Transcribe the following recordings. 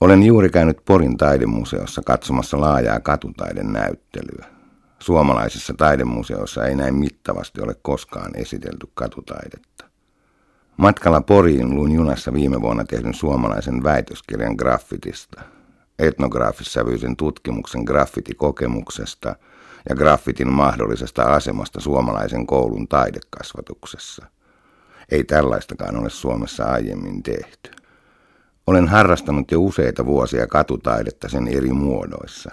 Olen juuri käynyt Porin taidemuseossa katsomassa laajaa katutaidenäyttelyä. Suomalaisissa taidemuseoissa ei näin mittavasti ole koskaan esitelty katutaidetta. Matkalla Poriin luin junassa viime vuonna tehdyn suomalaisen väitöskirjan graffitista, etnograafissävyisen tutkimuksen graffitikokemuksesta ja graffitin mahdollisesta asemasta suomalaisen koulun taidekasvatuksessa. Ei tällaistakaan ole Suomessa aiemmin tehty. Olen harrastanut jo useita vuosia katutaidetta sen eri muodoissa.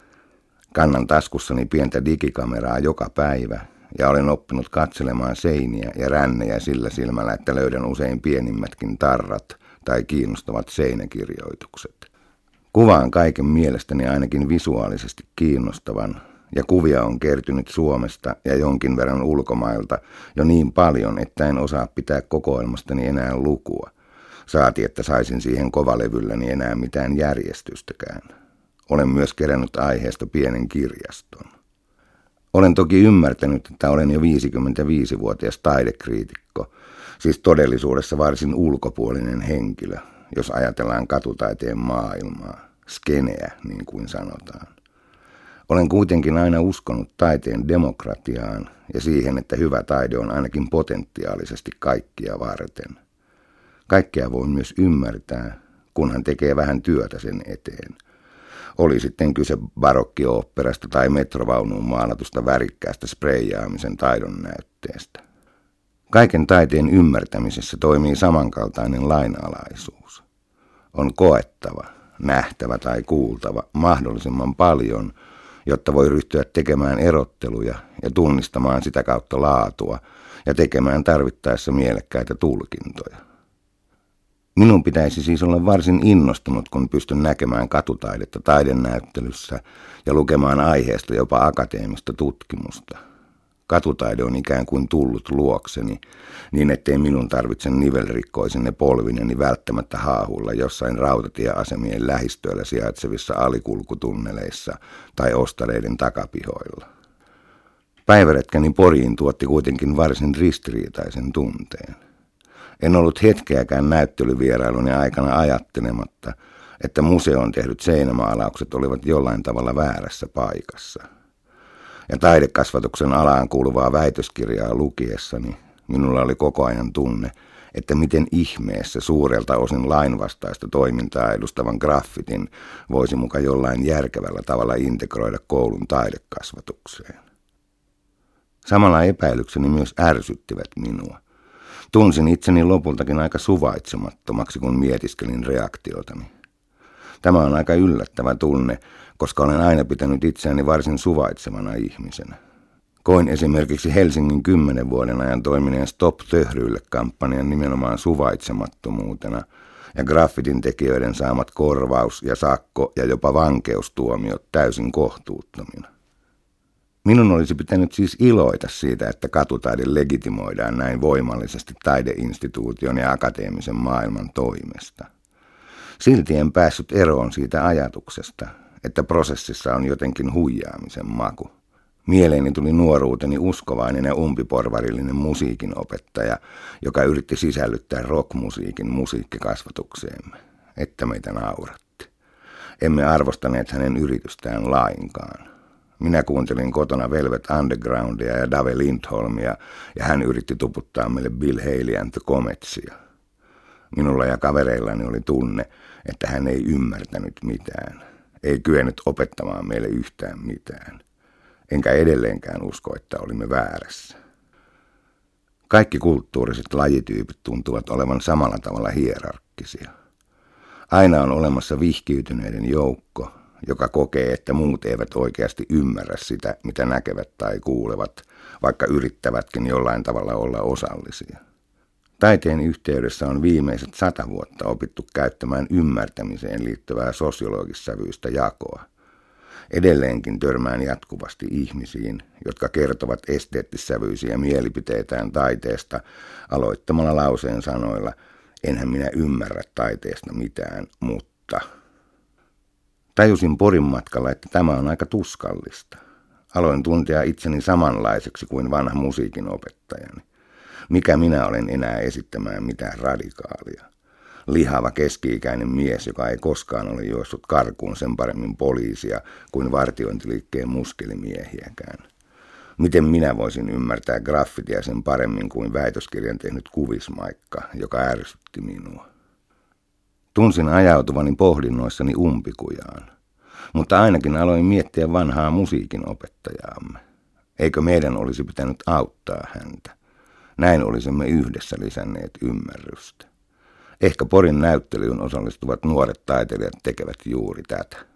Kannan taskussani pientä digikameraa joka päivä ja olen oppinut katselemaan seiniä ja rännejä sillä silmällä, että löydän usein pienimmätkin tarrat tai kiinnostavat seinäkirjoitukset. Kuvaan kaiken mielestäni ainakin visuaalisesti kiinnostavan ja kuvia on kertynyt Suomesta ja jonkin verran ulkomailta jo niin paljon, että en osaa pitää kokoelmastani enää lukua. Saati, että saisin siihen kovalevylläni enää mitään järjestystäkään. Olen myös kerännyt aiheesta pienen kirjaston. Olen toki ymmärtänyt, että olen jo 55-vuotias taidekriitikko, siis todellisuudessa varsin ulkopuolinen henkilö, jos ajatellaan katutaiteen maailmaa, skeneä niin kuin sanotaan. Olen kuitenkin aina uskonut taiteen demokratiaan ja siihen, että hyvä taide on ainakin potentiaalisesti kaikkia varten. Kaikkea voi myös ymmärtää, kunhan tekee vähän työtä sen eteen. Oli sitten kyse barokki-oopperasta tai metrovaunuun maalatusta värikkäästä spreijaamisen taidon näytteestä. Kaiken taiteen ymmärtämisessä toimii samankaltainen lainalaisuus. On koettava, nähtävä tai kuultava mahdollisimman paljon, jotta voi ryhtyä tekemään erotteluja ja tunnistamaan sitä kautta laatua ja tekemään tarvittaessa mielekkäitä tulkintoja. Minun pitäisi siis olla varsin innostunut, kun pystyn näkemään katutaidetta taidenäyttelyssä ja lukemaan aiheesta jopa akateemista tutkimusta. Katutaide on ikään kuin tullut luokseni, niin ettei minun tarvitse nivelrikkoisine polvineni välttämättä haahulla jossain rautatieasemien lähistöillä sijaitsevissa alikulkutunneleissa tai ostareiden takapihoilla. Päiväretkäni Poriin tuotti kuitenkin varsin ristiriitaisen tunteen. En ollut hetkeäkään näyttelyvierailuni aikana ajattelematta, että museon tehdyt seinämaalaukset olivat jollain tavalla väärässä paikassa. Ja taidekasvatuksen alaan kuuluvaa väitöskirjaa lukiessani minulla oli koko ajan tunne, että miten ihmeessä suurelta osin lainvastaista toimintaa edustavan graffitin voisi muka jollain järkevällä tavalla integroida koulun taidekasvatukseen. Samalla epäilykseni myös ärsyttivät minua. Tunsin itseni lopultakin aika suvaitsemattomaksi, kun mietiskelin reaktiotani. Tämä on aika yllättävä tunne, koska olen aina pitänyt itseäni varsin suvaitsevana ihmisenä. Koin esimerkiksi Helsingin 10 vuoden ajan toimineen Stop Töhryille-kampanjan nimenomaan suvaitsemattomuutena ja graffitin tekijöiden saamat korvaus- ja sakko- ja jopa vankeustuomiot täysin kohtuuttomina. Minun olisi pitänyt siis iloita siitä, että katutaide legitimoidaan näin voimallisesti taideinstituution ja akateemisen maailman toimesta. Silti en päässyt eroon siitä ajatuksesta, että prosessissa on jotenkin huijaamisen maku. Mieleeni tuli nuoruuteni uskovainen ja umpiporvarillinen musiikinopettaja, joka yritti sisällyttää rockmusiikin musiikkikasvatukseemme, että meitä nauratti. Emme arvostaneet hänen yritystään lainkaan. Minä kuuntelin kotona Velvet Undergroundia ja Dave Lindholmia, ja hän yritti tuputtaa meille Bill Haley and the Cometsia. Minulla ja kavereillani oli tunne, että hän ei ymmärtänyt mitään, ei kyennyt opettamaan meille yhtään mitään. Enkä edelleenkään usko, että olimme väärässä. Kaikki kulttuuriset lajityypit tuntuvat olevan samalla tavalla hierarkkisia. Aina on olemassa vihkiytyneiden joukko, joka kokee, että muut eivät oikeasti ymmärrä sitä, mitä näkevät tai kuulevat, vaikka yrittävätkin jollain tavalla olla osallisia. Taiteen yhteydessä on viimeiset 100 vuotta opittu käyttämään ymmärtämiseen liittyvää sosiologissävyistä jakoa. Edelleenkin törmään jatkuvasti ihmisiin, jotka kertovat esteettissävyisiä mielipiteitään taiteesta aloittamalla lauseen sanoilla, enhän minä ymmärrä taiteesta mitään, mutta... Tajusin Porin matkalla, että tämä on aika tuskallista. Aloin tuntea itseni samanlaiseksi kuin vanha musiikin opettajani. Mikä minä olen enää esittämään mitään radikaalia? Lihava keski-ikäinen mies, joka ei koskaan ole juossut karkuun sen paremmin poliisia kuin vartiointiliikkeen muskelimiehiäkään. Miten minä voisin ymmärtää graffitia sen paremmin kuin väitöskirjan tehnyt Kuvismaikka, joka ärsytti minua? Tunsin ajautuvani pohdinnoissani umpikujaan, mutta ainakin aloin miettiä vanhaa musiikin opettajaamme. Eikö meidän olisi pitänyt auttaa häntä? Näin olisimme yhdessä lisänneet ymmärrystä. Ehkä Porin näyttelyyn osallistuvat nuoret taiteilijat tekevät juuri tätä.